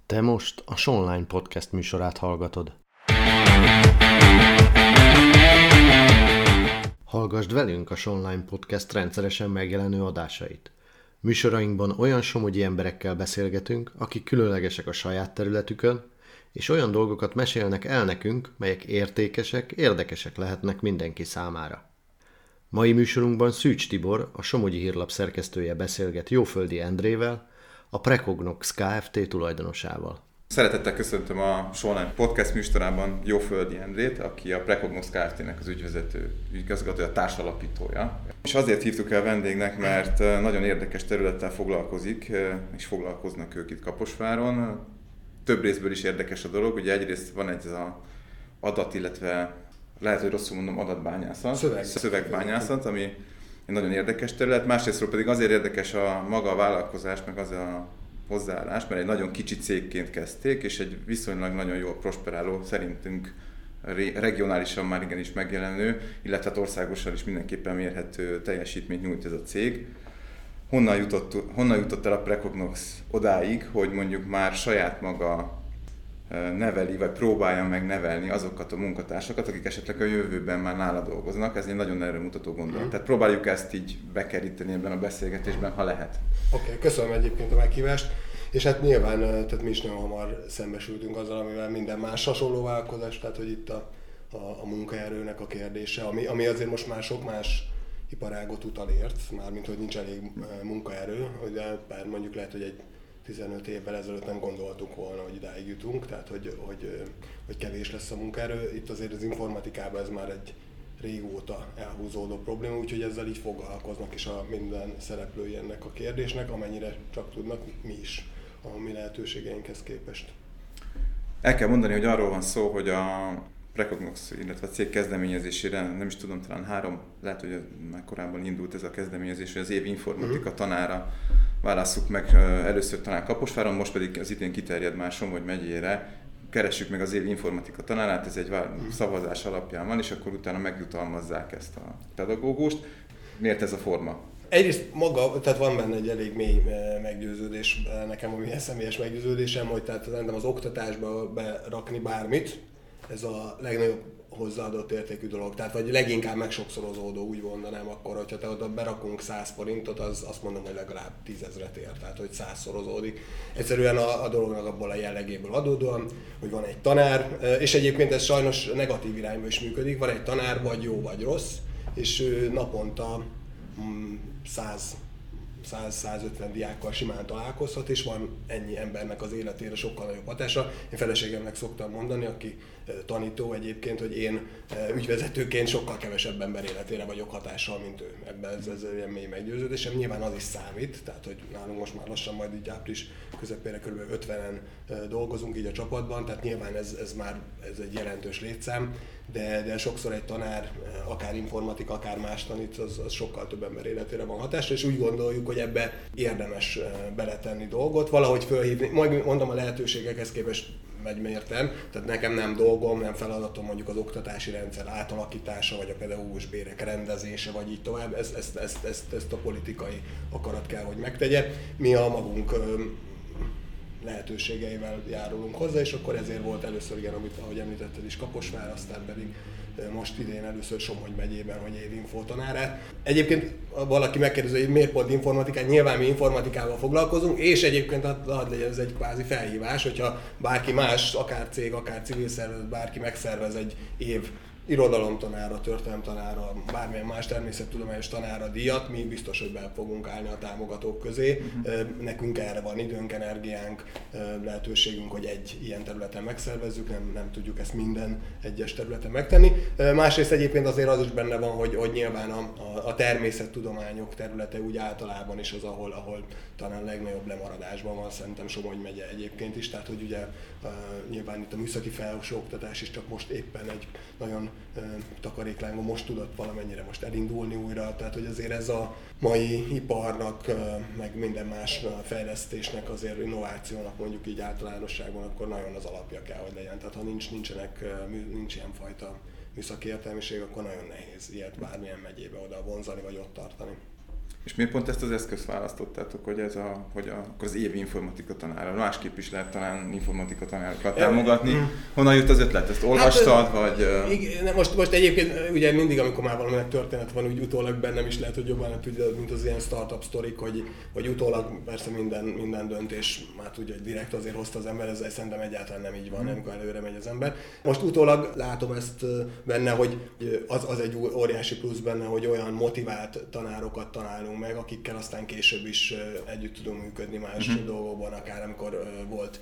Te most a Sonline Podcast műsorát hallgatod. Hallgasd velünk a Sonline Podcast rendszeresen megjelenő adásait. Műsorainkban olyan somogyi emberekkel beszélgetünk, akik különlegesek a saját területükön, és olyan dolgokat mesélnek el nekünk, melyek értékesek, érdekesek lehetnek mindenki számára. Mai műsorunkban Szűcs Tibor, a Somogyi Hírlap szerkesztője beszélget Jóföldi Endrével, a Precognox Kft. Tulajdonosával. Szeretettel köszöntöm a Sonline Podcast műsorában Jóföldi Endrét, aki a Precognox Kft.-nek az ügyvezető, ügyigazgatója, társalapítója. És azért hívtuk el vendégnek, mert nagyon érdekes területtel foglalkozik, és foglalkoznak ők itt Kaposváron. Több részből is érdekes a dolog, ugye egyrészt van egy adat, illetve lehet, hogy rosszul mondom, adatbányászat, szövegbányászat, ami egy nagyon érdekes terület. Másrésztről pedig azért érdekes maga a vállalkozás, meg az a hozzáállás, mert egy nagyon kicsi cégként kezdték, és egy viszonylag nagyon jól prosperáló, szerintünk regionálisan már igenis megjelenő, illetve országosan is mindenképpen mérhető teljesítményt nyújt ez a cég. Honnan jutott el a Precognox odáig, hogy mondjuk már saját maga neveli, vagy próbálja meg nevelni azokat a munkatársakat, akik esetleg a jövőben már nála dolgoznak. Ez egy nagyon erőmutató gondolat. Tehát próbáljuk ezt így bekeríteni ebben a beszélgetésben, ha lehet. Oké, köszönöm egyébként a meghívást. És hát nyilván tehát mi is nagyon hamar szembesültünk azzal, amivel minden más hasonló vállalkozás, tehát hogy itt a munkaerőnek a kérdése, ami azért most már sok más iparágot utalért, mármint hogy nincs elég munkaerő, de bár mondjuk lehet, hogy egy 15 évvel ezelőtt nem gondoltuk volna, hogy idáig jutunk, tehát hogy kevés lesz a munkaerő. Itt azért az informatikában ez már egy régóta elhúzódó probléma, úgyhogy ezzel így foglalkoznak is a minden szereplői ennek a kérdésnek, amennyire csak tudnak, mi is a mi lehetőségeinkhez képest. El kell mondani, hogy arról van szó, hogy a Precognox, illetve a cég kezdeményezésére, nem is tudom, talán lehet, hogy már korábban indult ez a kezdeményezés, hogy az év informatika tanára válasszuk meg először talán Kaposváron, most pedig az idén kiterjed már Somogy megyére. Keressük meg az év informatika tanárát, ez egy szavazás alapján van, és akkor utána megjutalmazzák ezt a pedagógust. Miért ez a forma? Egyrészt maga, tehát van benne egy elég mély meggyőződés, nekem ami személyes meggyőződésem, hogy tehát szerintem az oktatásba berakni bármit, ez a legnagyobb hozzáadott értékű dolog. Tehát vagy leginkább megsokszorozódó, úgy mondanám akkor, hogyha te oda berakunk 100 forintot, az azt mondom, hogy legalább 10 000-et ér, tehát hogy 100-szorozódik. Egyszerűen a dolognak abból a jellegéből adódóan, hogy van egy tanár, és egyébként ez sajnos negatív irányba is működik, van egy tanár, vagy jó, vagy rossz, és naponta 100-150 diákkal simán találkozhat, és van ennyi embernek az életére sokkal nagyobb hatása. Én feleségemnek szoktam mondani, aki tanító egyébként, hogy én ügyvezetőként sokkal kevesebb ember életére vagyok hatással, mint ő. Ebben ez ilyen mély meggyőződésem. Nyilván az is számít, tehát hogy nálunk most már lassan majd így április közepére kb. 50-en dolgozunk így a csapatban, tehát nyilván ez egy jelentős létszám, de sokszor egy tanár, akár informatika, akár más tanít, az sokkal több ember életére van hatása, és úgy gondoljuk, hogy ebbe érdemes beletenni dolgot, valahogy fölhívni, majd mondom a lehetőségekhez képest megmértem, tehát nekem nem dolgom, nem feladatom mondjuk az oktatási rendszer átalakítása, vagy a pedagógus bérek rendezése, vagy így tovább, ezt a politikai akarat kell, hogy megtegye. Mi a magunk lehetőségeivel járulunk hozzá, és akkor ezért volt először, igen, amit ahogy említetted is Kaposvár, aztán pedig most idén először Somogy megyében, hogy évinfo tanárát. Egyébként valaki megkérdezi, hogy miért pont informatikát, nyilván mi informatikával foglalkozunk, és egyébként hadd legyen ez egy kvázi felhívás, hogyha bárki más, akár cég, akár civil szervezet, bárki megszervez egy év irodalomtanára, történelemtanára, bármilyen más természettudományos tanára díjat, mi biztos, hogy be fogunk állni a támogatók közé. Nekünk erre van időnk, energiánk, lehetőségünk, hogy egy ilyen területen megszervezzük, nem tudjuk ezt minden egyes területen megtenni. Másrészt egyébként azért az is benne van, hogy nyilván a természettudományok területe úgy általában is az, ahol talán legnagyobb lemaradásban van, szerintem Somogy megye egyébként is, tehát hogy ugye nyilván itt a műszaki felsőoktatás is csak most éppen egy nagyon takaréklángban most tudott valamennyire most elindulni újra, tehát hogy azért ez a mai iparnak, meg minden más fejlesztésnek, azért innovációnak mondjuk így általánosságban, akkor nagyon az alapja kell, hogy legyen. Tehát ha nincs ilyen fajta műszaki értelmiség, akkor nagyon nehéz ilyet bármilyen megyébe oda vonzani, vagy ott tartani. És miért pont ezt az eszközt választottátok, hogy akkor az évi informatika tanára? Másképp is lehet talán informatika tanárokat támogatni. Honnan jött az ötlet? Ezt olvastad, vagy... Igen, most egyébként ugye mindig, amikor már valaminek történet van, úgy utólag bennem is lehet, hogy jobban tudja, mint az ilyen startup sztorik, hogy utólag persze minden döntés már tudja, hogy direkt azért hozta az ember, ezzel szerintem egyáltalán nem így van, amikor előre megy az ember. Most utólag látom ezt benne, hogy az egy óriási plusz benne, hogy olyan motivált tanárokat találunk meg, akikkel aztán később is együtt tudunk működni más dolgokban, akár amikor volt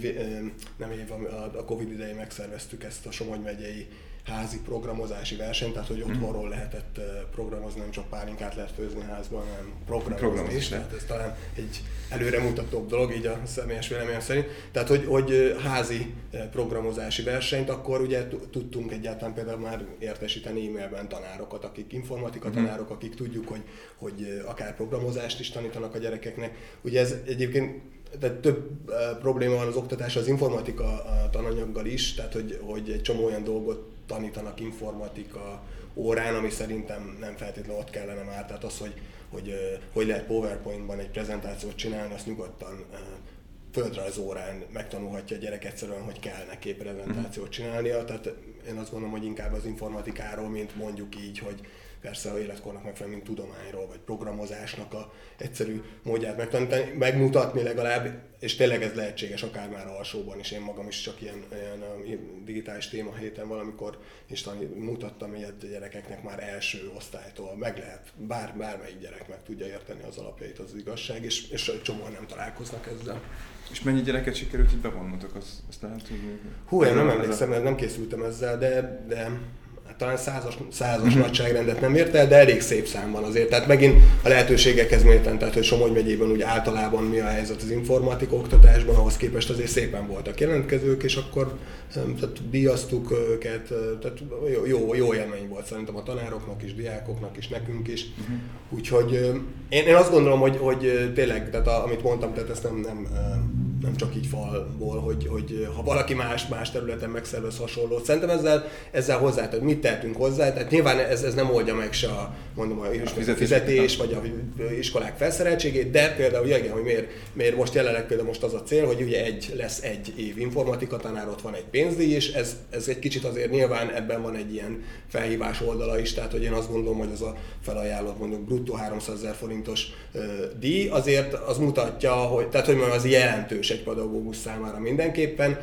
a Covid idején megszerveztük ezt a Somogy megyei házi programozási versenyt, tehát hogy otthonról lehetett programozni, nem csak pálinkát lehet főzni házban, hanem programozni is. Tehát ez talán egy előremutatóbb dolog, így a személyes véleményem szerint. Tehát, hogy házi programozási versenyt, akkor ugye tudtunk egyáltalán például már értesíteni e-mailben tanárokat, akik informatika tanárok, akik tudjuk, hogy akár programozást is tanítanak a gyerekeknek. Ugye ez egyébként tehát több probléma van az oktatás az informatika tananyaggal is, tehát hogy egy csomó olyan dolgot tanítanak informatika órán, ami szerintem nem feltétlenül ott kellene már. Tehát az, hogy lehet PowerPoint-ban egy prezentációt csinálni, azt nyugodtan földrajzórán megtanulhatja a gyerek egyszerűen, hogy kell neki prezentációt csinálnia. Tehát én azt gondolom, hogy inkább az informatikáról, mint mondjuk így, hogy persze a életkornak megfelelően, mint tudományról, vagy programozásnak a egyszerű módját megtanítani, megmutatni legalább, és tényleg ez lehetséges akár már alsóban is. Én magam is csak ilyen digitális téma héten valamikor is mutattam ilyet a gyerekeknek már első osztálytól. Meg lehet, bármelyik gyerek meg tudja érteni az alapjait, az igazság, és csomóan nem találkoznak ezzel. És mennyi gyereket sikerült így bevonnotok, azt lehet tudni? Hú, én nem emlékszem, mert nem készültem ezzel, de talán százas nagyságrendet nem ért el, de elég szép szám van azért. Tehát megint a lehetőségekhez mérten, tehát hogy Somogy megyében úgy általában mi a helyzet az informatika oktatásban, ahhoz képest azért szépen voltak jelentkezők, és akkor tehát díjaztuk őket, tehát jó élmény volt szerintem a tanároknak is, diákoknak is, nekünk is. Úgyhogy én azt gondolom, hogy tényleg, tehát amit mondtam, tehát ezt nem csak így falból, hogy ha valaki más területen megszervez hasonlót. Szerintem ezzel hozzá, tehát mit tehetünk hozzá, tehát nyilván ez nem oldja meg se a fizetés vagy a iskolák felszereltségét, de például igen, hogy miért most jelenleg például most az a cél, hogy ugye lesz egy év informatika tanár, ott van egy pénzdíj, és ez egy kicsit azért nyilván ebben van egy ilyen felhívás oldala is, tehát hogy én azt gondolom, hogy az a felajánlott mondjuk bruttó 300 000 forintos díj, azért az mutatja, hogy az jelentős egy pedagógus számára mindenképpen,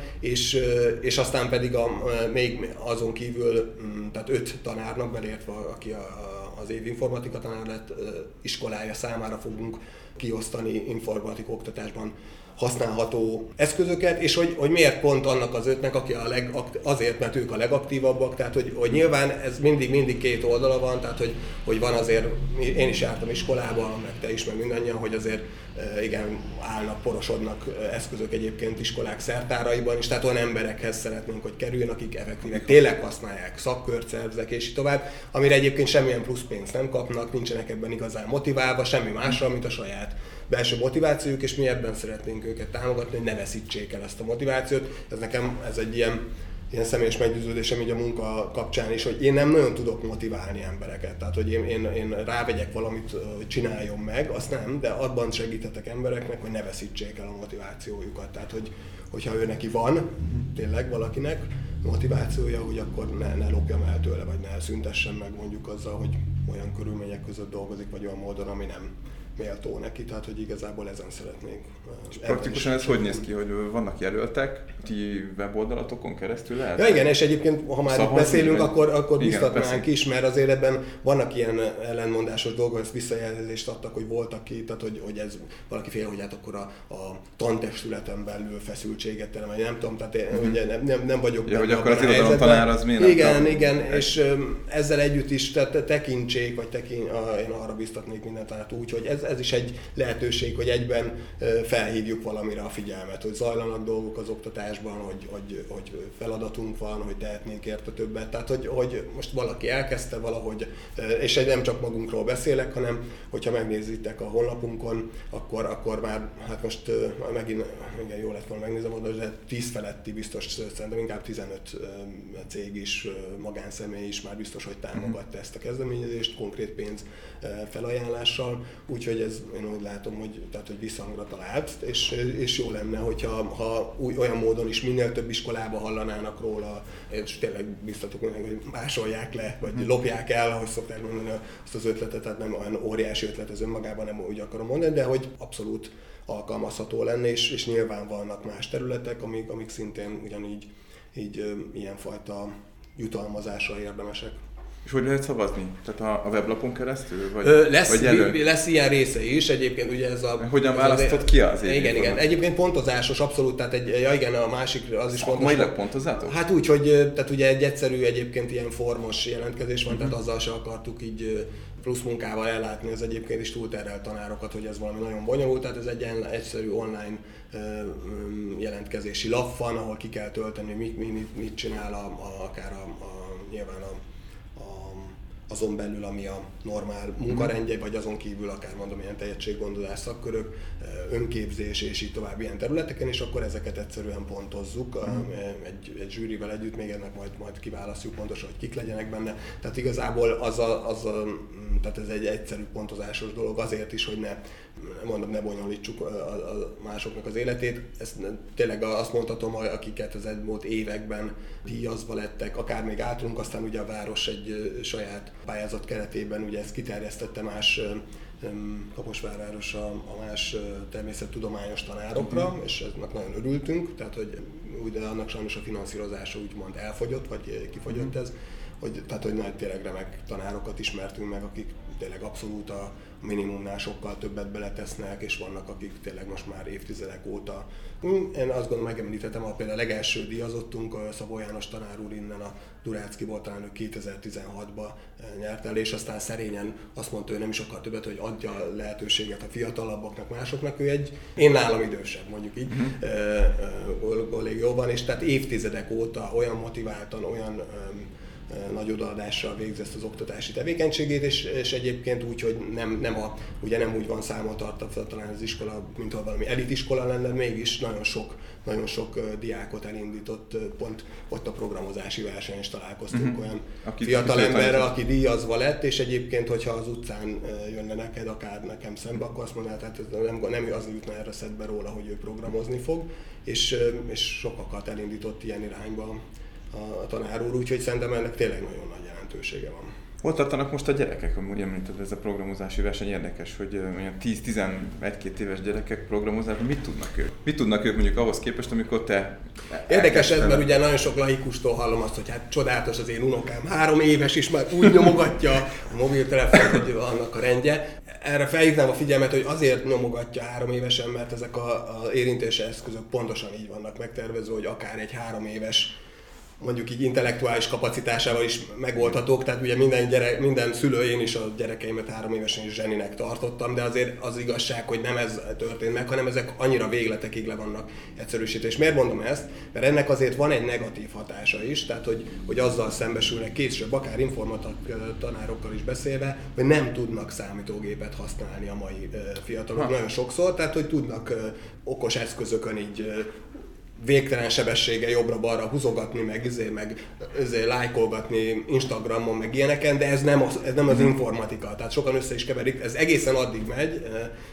és aztán pedig még azon kívül, tehát 5 tanárnak belértve, aki az év informatika tanár lett, iskolája számára fogunk kiosztani informatika oktatásban használható eszközöket, és hogy miért pont annak az 5-nek, aki azért, mert ők a legaktívabbak, tehát hogy nyilván ez mindig két oldala van, tehát hogy van azért, én is jártam iskolába, meg te is, meg mindannyian, hogy azért igen, állnak, porosodnak eszközök egyébként iskolák szertáraiban is, tehát olyan emberekhez szeretnénk, hogy kerüljön, akik effektívek tényleg használják, szakkört szervezek és így tovább, amire egyébként semmilyen plusz pénzt nem kapnak, nincsenek ebben igazán motiválva, semmi másra, mint a saját belső motivációjuk, és mi ebben szeretnénk őket támogatni, hogy ne veszítsék el ezt a motivációt. Ez egy ilyen személyes meggyőződésem így a munka kapcsán is, hogy én nem nagyon tudok motiválni embereket. Tehát, hogy én rávegyek valamit, hogy csináljon meg, azt nem, de abban segíthetek embereknek, hogy ne veszítsék el a motivációjukat. Tehát, hogyha ő neki van, tényleg valakinek motivációja, hogy akkor ne lopjam el tőle, vagy ne szüntessen meg mondjuk azzal, hogy olyan körülmények között dolgozik, vagy olyan módon, ami nem méltó neki, tehát hogy igazából ezen szeretnék. És praktikusan ez hogy néz ki, hogy vannak jelöltek, ti weboldalatokon keresztül lehet? Ja igen, és egyébként ha már itt beszélünk, akkor biztatnánk is, mert azért ebben vannak ilyen ellenmondásos dolgok, ezt visszajelzést adtak, hogy voltak ki, tehát hogy ez valaki fél, hogy hát akkor a tantestületen belül feszültséget terem, vagy nem tudom, tehát ugye nem vagyok benne hogy akkor az irodalomtanár az miért Igen, és ezzel együtt is tekintsék, vagy én arra biztatnék minden tanárt úgy, hogy ez is egy lehetőség, hogy egyben felhívjuk valamire a figyelmet, hogy zajlanak dolgok az oktatásban, tudásban, hogy feladatunk van, hogy tehetnénk érte többet. Tehát, hogy most valaki elkezdte valahogy, és nem csak magunkról beszélek, hanem hogyha megnézitek a honlapunkon, akkor már, hát most megint igen, jó lett volna megnézem oda, de 10 feletti biztos, szerintem inkább 15 cég is, magánszemély is már biztos, hogy támogatta ezt a kezdeményezést konkrét pénz felajánlással, úgyhogy ez én úgy látom, hogy visszhangra talált, és jó lenne, hogyha olyan módon is minél több iskolába hallanának róla, és tényleg biztatok meg, hogy másolják le, vagy lopják el, ahogy szokták mondani azt az ötletet, tehát nem olyan óriási ötlet ez önmagában, nem úgy akarom mondani, de hogy abszolút alkalmazható lenne, és nyilván vannak más területek, amik szintén ugyanígy ilyenfajta jutalmazásra érdemesek. És hogy lehet szavazni? Tehát a weblapon keresztül? Vagy lesz ilyen része is, egyébként ugye ez a... Hogyan választod ki az Igen, igen. Egyébként pontozásos, abszolút, tehát igen, a másik az is fontos. Szakmailag pontozzátok? Hát úgy, hogy tehát ugye egy egyszerű egyébként ilyen formos jelentkezés van, tehát azzal se akartuk így plusz munkával ellátni az egyébként is túlterhelt tanárokat, hogy ez valami nagyon bonyolult, tehát ez egy egyszerű online jelentkezési lap van, ahol ki kell tölteni, mit csinál akár nyilván azon belül, ami a normál munkarendje, vagy azon kívül akár mondom ilyen tehetséggondozás szakkörök, önképzés és így tovább ilyen területeken, és akkor ezeket egyszerűen pontozzuk egy zsűrivel együtt, még ennek majd kiválasztjuk pontosan, hogy kik legyenek benne. Tehát igazából tehát ez egy egyszerű pontozásos dolog azért is, hogy ne bonyolítsuk a másoknak az életét. Ezt tényleg azt mondhatom, hogy akiket az elmúlt években díjazva lettek, akár még általunk, aztán ugye a város egy saját pályázat keretében ugye ezt kiterjesztette más Kaposvárváros a más természettudományos tanárokra, és ennek nagyon örültünk, tehát de annak sajnos a finanszírozása úgymond elfogyott, vagy kifogyott ez, tehát hogy tényleg remek tanárokat ismertünk meg, akik tényleg abszolút a minimumnál sokkal többet beletesznek, és vannak, akik tényleg most már évtizedek óta. Én azt gondolom, megemlítettem, például a legelső díjazottunk, Szabó János tanár úr innen a Duráckiból, talán ő 2016-ban nyert el, és aztán szerényen azt mondta, hogy nem is akar többet, hogy adja a lehetőséget a fiatalabbaknak, másoknak. Én nálam idősebb, mondjuk így, kollégióban, és tehát évtizedek óta olyan motiváltan, olyan nagy odaadással végzi ezt az oktatási tevékenységét, és egyébként úgy, hogy ugye nem úgy van számon tartva talán az iskola, mint ha valami elitiskola lenne, mégis nagyon sok diákot elindított, pont ott a programozási versenyen is találkoztunk olyan fiatalemberrel, aki díjazva lett, és egyébként, hogyha az utcán jönne neked, akár nekem szembe, akkor azt mondaná, tehát nem az jutna erre szedbe róla, hogy ő programozni fog, és sokakat elindított ilyen irányba a tanár úr, úgyhogy szerintem ennek tényleg nagyon nagy jelentősége van. Hol tartanak most a gyerekek? Amúgy említed, ez a programozási verseny érdekes, hogy olyan 10-11-2 éves gyerekek programozásban mit tudnak ők? Mit tudnak ők mondjuk ahhoz képest, amikor te... Érdekes ez, mert ugye nagyon sok laikustól hallom azt, hogy hát csodálatos az én unokám, 3 éves is már úgy nyomogatja a mobiltelefon, hogy annak a rendje. Erre felhívnám a figyelmet, hogy azért nyomogatja 3 évesen, mert ezek az érintési eszközök pontosan így vannak megtervezve, hogy akár egy 3 éves mondjuk így intellektuális kapacitásával is megoldhatók, tehát ugye minden szülő, én is a gyerekeimet 3 évesen is zseninek tartottam, de azért az igazság, hogy nem ez történt meg, hanem ezek annyira végletekig le vannak egyszerűsítve. És miért mondom ezt? Mert ennek azért van egy negatív hatása is, tehát hogy azzal szembesülnek később, akár informatik tanárokkal is beszélve, hogy nem tudnak számítógépet használni a mai fiatalok nagyon sokszor, tehát hogy tudnak okos eszközökön így végtelen sebessége jobbra-balra húzogatni, meg lájkolgatni Instagramon, meg ilyeneken, de ez nem az informatika, tehát sokan össze is keverik, ez egészen addig megy,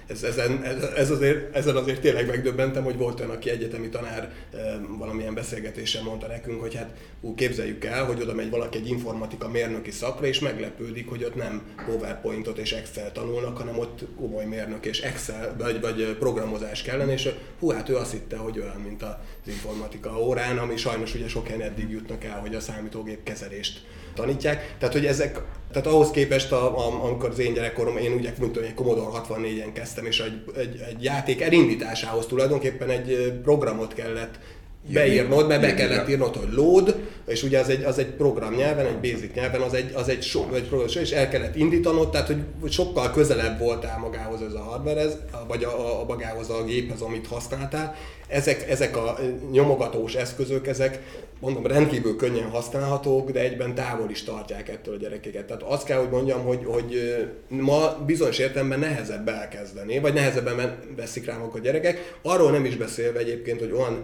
ezen azért tényleg megdöbbentem, hogy volt olyan, aki egyetemi tanár valamilyen beszélgetésen mondta nekünk, hogy hát képzeljük el, hogy oda megy valaki egy informatika mérnöki szakra, és meglepődik, hogy ott nem PowerPointot és Excel tanulnak, hanem ott komoly mérnök és Excel vagy programozás kellene, és hát ő azt hitte, hogy olyan, mint az informatika órán, ami sajnos ugye sok helyen eddig jutnak el, hogy a számítógép kezelést tanítják. Tehát ahhoz képest, amikor az én gyerekkorom, én ugye egy Commodore 64-en kezdtem, és egy játék elindításához tulajdonképpen egy programot kellett beírnod, mert be kellett írnod, hogy load, és ugye az egy programnyelven, egy basic nyelven, az egy program, és el kellett indítanod, tehát hogy sokkal közelebb voltál magához ez a hardwarehez, vagy a magához a géphez, amit használtál. Ezek a nyomogatós eszközök, ezek mondom rendkívül könnyen használhatók, de egyben távol is tartják ettől a gyerekeket. Tehát azt kell, hogy mondjam, hogy ma bizonyos értelemben nehezebb elkezdeni, vagy nehezebben veszik rá maguk a gyerekek. Arról nem is beszélve egyébként, hogy olyan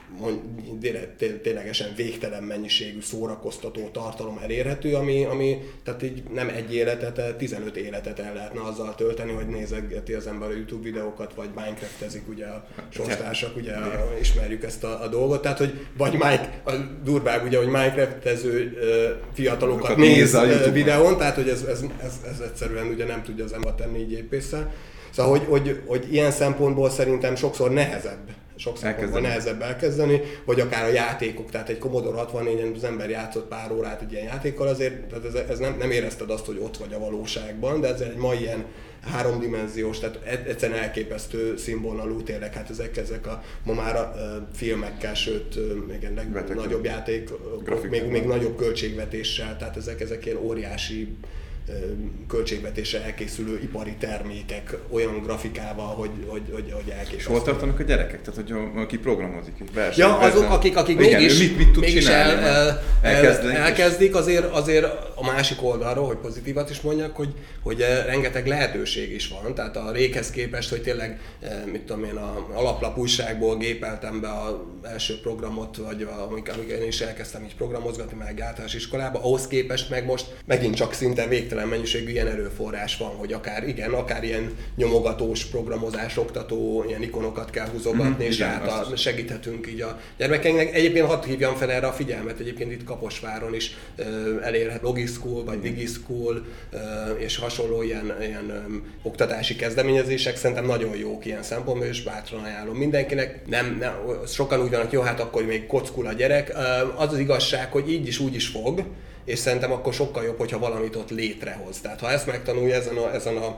ténylegesen végtelen mennyiségű szórakoztató tartalom elérhető, ami tehát így nem egy életet, 15 életet el lehetne azzal tölteni, hogy nézegeti az ember a YouTube videókat, vagy Minecraftezik ugye a sorstársak, ugye ismerjük ezt a dolgot, tehát hogy vagy durvább ugye, hogy Minecraftező fiatalokat néz a videón, tehát hogy ez egyszerűen ugye nem tudja az ember tenni így épésszel. Szóval, hogy ilyen szempontból szerintem sokszor nehezebb elkezdeni, vagy akár a játékok, tehát egy Commodore 64-en az ember játszott pár órát egy ilyen játékkal, azért tehát ez nem érezted azt, hogy ott vagy a valóságban, de ez egy mai ilyen háromdimenziós, tehát egyszerűen elképesztő színvonalú tényleg, hát ezek ma már filmekkel, sőt még nagyobb játékok, még nagyobb költségvetéssel, tehát ezek ilyen óriási költségvetésre elkészülő ipari termékek olyan grafikával, hogy elképesztő. És hol tartanak a gyerekek? Tehát, hogy aki programozik egy versenyt. Ja, azok, akik mégis elkezdik, azért a másik oldalról, hogy pozitívat is mondjak, hogy rengeteg lehetőség is van. Tehát a réghez képest, hogy tényleg, mit tudom én, a alaplap újságból gépeltem be az első programot, vagy amikor én is elkezdtem így programozgatni, meg általános iskolába, ahhoz képest meg most megint csak szinte végtelen mennyiségű ilyen erőforrás van, hogy akár ilyen nyomogatós, programozás, oktató, ilyen ikonokat kell húzogatni, és segíthetünk így a gyermekeinknek. Egyébként hadd hívjam fel erre a figyelmet, egyébként itt Kaposváron is elérhet Logischool, vagy Digischool, és hasonló ilyen oktatási kezdeményezések szerintem nagyon jók ilyen szempontból, és bátran ajánlom mindenkinek. Nem, sokan úgy vannak, jó, hát akkor még kockul a gyerek. Az igazság, hogy így is úgy is fog, és szerintem akkor sokkal jobb, hogyha valamit ott létrehoz. Tehát ha ezt megtanulja ezen a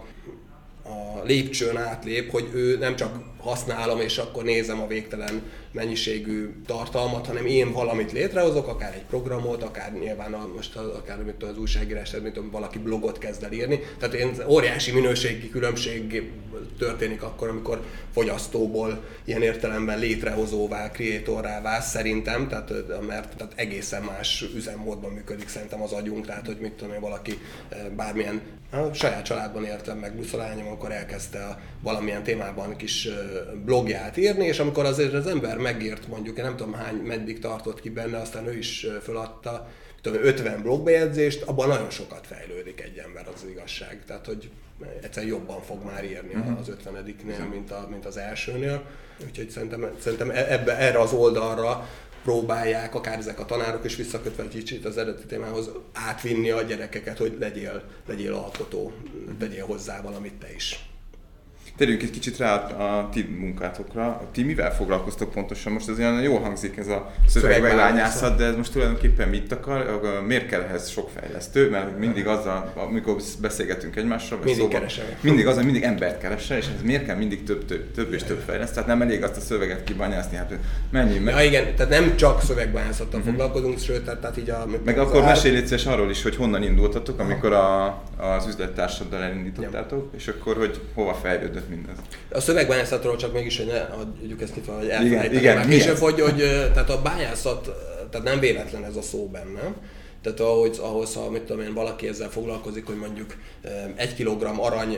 lépcsőn átlép, hogy ő nem csak használom, és akkor nézem a végtelen mennyiségű tartalmat, hanem én valamit létrehozok, akár egy programot, akár nyilván akár az újságírás, mint valaki blogot kezd el írni. Tehát óriási minőségi különbség történik akkor, amikor fogyasztóból ilyen értelemben létrehozóvá, creatorrá válsz szerintem, mert egészen más üzemmódban működik szerintem az agyunk, tehát hogy mit tudom én, valaki bármilyen saját családban értem meg Luszolányom, akkor elkezdte valamilyen témában kis blogját írni, és amikor azért az ember megírt mondjuk, én nem tudom meddig tartott ki benne, aztán ő is föladta 50 blogbejegyzést, abban nagyon sokat fejlődik egy ember, az igazság. Tehát, hogy egyszerűen jobban fog már írni az 50-nél, mint az elsőnél. Úgyhogy szerintem erre az oldalra próbálják akár ezek a tanárok is visszakötve egy kicsit az eredeti témához átvinni a gyerekeket, hogy legyél alkotó, tegyél hozzá valamit te is. Térjünk egy kicsit rá a ti munkátokra. Ti mivel foglalkoztok pontosan? Most ez olyan jól hangzik ez a szövegbányászat, de ez most tulajdonképpen mit akar? Miért kell ehhez sok fejlesztő? Mert mindig azzal, amikor beszélgetünk egymással, mindig embert keresel, és ez miért kell mindig több és több fejlesztő? Tehát nem elég azt a szöveget kibányászni, hát mennyi? Ja, igen, tehát nem csak szövegbányászattal foglalkozunk, sőt, tehát így meg akkor mesélj légy arról is, hogy honnan indultatok, amikor az üzlettársaddal elindítottátok, és akkor, hogy hova fejlődött mindez. A szövegbányászatról csak mégis, hogy ne adjuk ezt nyitva, hogy elfelejtettem már később, hogy tehát a bányászat, tehát nem véletlen ez a szó benne. Tehát ahhoz, ha mit tudom én, valaki ezzel foglalkozik, hogy mondjuk 1 kilogramm arany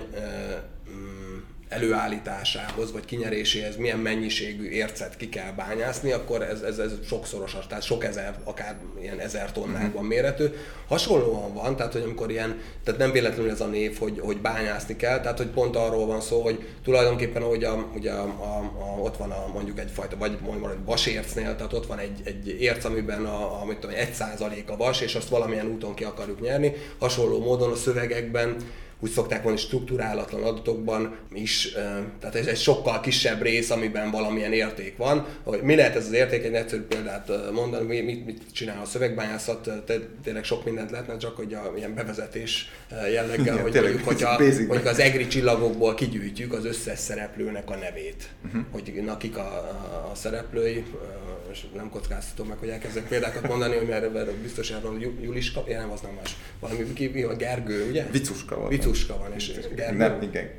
előállításához vagy kinyeréséhez milyen mennyiségű ércet ki kell bányászni, akkor ez sokszoros, tehát sok ezer, akár ilyen 1000 tonnákban mérhető. Hasonlóan van, tehát hogy amikor tehát nem véletlenül ez a név, hogy bányászni kell, tehát hogy pont arról van szó, hogy tulajdonképpen ahogy ott van mondjuk egyfajta, vagy mondjuk egy vasércnél, tehát ott van egy érc, amiben mit tudom, 1% a vas, és azt valamilyen úton ki akarjuk nyerni. Hasonló módon a szövegekben úgy szokták mondani, struktúrálatlan adatokban is, tehát ez egy sokkal kisebb rész, amiben valamilyen érték van. Hogy mi lehet ez az érték? Egy egyszerű példát mondani, mit csinál a szövegbányászat, tényleg sok mindent lehetne, csak hogy ilyen bevezetés jelleggel, hogy mondjuk, hogy az EGRI csillagokból kigyűjtjük az összes szereplőnek a nevét, hogy nakik a szereplői, és nem kockáztatom meg, hogy elkezdek példákat mondani, hogy mert biztos erről Juliska, nem, az nem más, valami a Gergő, ugye? Vicuska van, és Gergő. Nem, igen.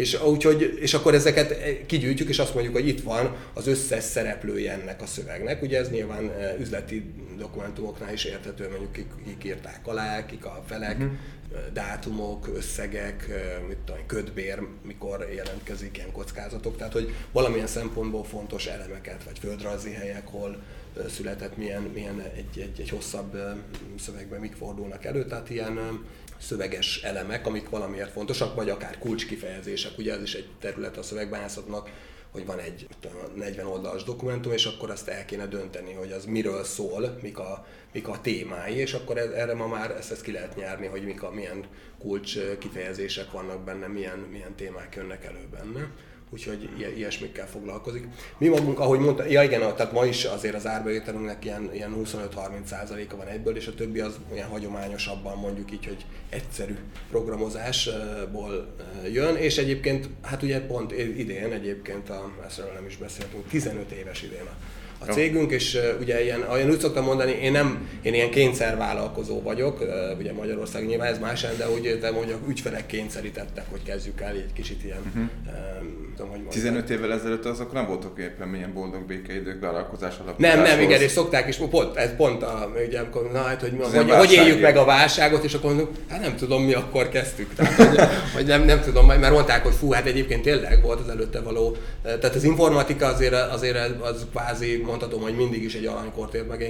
És akkor ezeket kigyűjtjük, és azt mondjuk, hogy itt van az összes szereplője ennek a szövegnek. Ugye ez nyilván üzleti dokumentumoknál is érthető, mondjuk kik írták alá, kik a felek, dátumok, összegek, mit tudom, kötbér, mikor jelentkezik, ilyen kockázatok. Tehát, hogy valamilyen szempontból fontos elemeket, vagy földrajzi helyek, hol született, milyen egy hosszabb szövegben mik fordulnak elő. Tehát ilyen szöveges elemek, amik valamiért fontosak, vagy akár kulcskifejezések. Ugye ez is egy terület a szövegbányászatnak, hogy van egy 40 oldalas dokumentum, és akkor azt el kéne dönteni, hogy az miről szól, mik a témái, és akkor erre ma már ezt ki lehet nyerni, hogy milyen kulcs kifejezések vannak benne, milyen témák jönnek elő benne. Úgyhogy ilyesmikkel foglalkozik. Mi magunk, ahogy mondta, igen, tehát ma is azért az árbevételünknek ilyen 25-30%-a van egyből, és a többi az olyan hagyományosabban, mondjuk így, hogy egyszerű programozásból jön, és egyébként, hát ugye pont idén egyébként, ezt nem is beszéltünk, 15 éves idén a cégünk, és ugye olyan úgy szoktam mondani, én ilyen kényszervállalkozó vagyok, ugye Magyarország nyilván ez más, de úgy mondjuk ügyfelek kényszerítettek, hogy kezdjük el egy kicsit ilyen, tudom, hogy 15 évvel ezelőtt azok nem voltak éppen milyen boldog békeidők vállalkozás alapításhoz. Nem, igen, és szokták is, pont ugye, amikor, hogy éljük meg a válságot, és akkor mondjuk, hát nem tudom, mi akkor kezdtük. Tehát, hogy nem tudom, mert mondták, hogy fú, hát egyébként tényleg volt az előtte való, tehát az informatika azért az kvázi, mondhatom, hogy mindig is egy aranykort ért meg. Én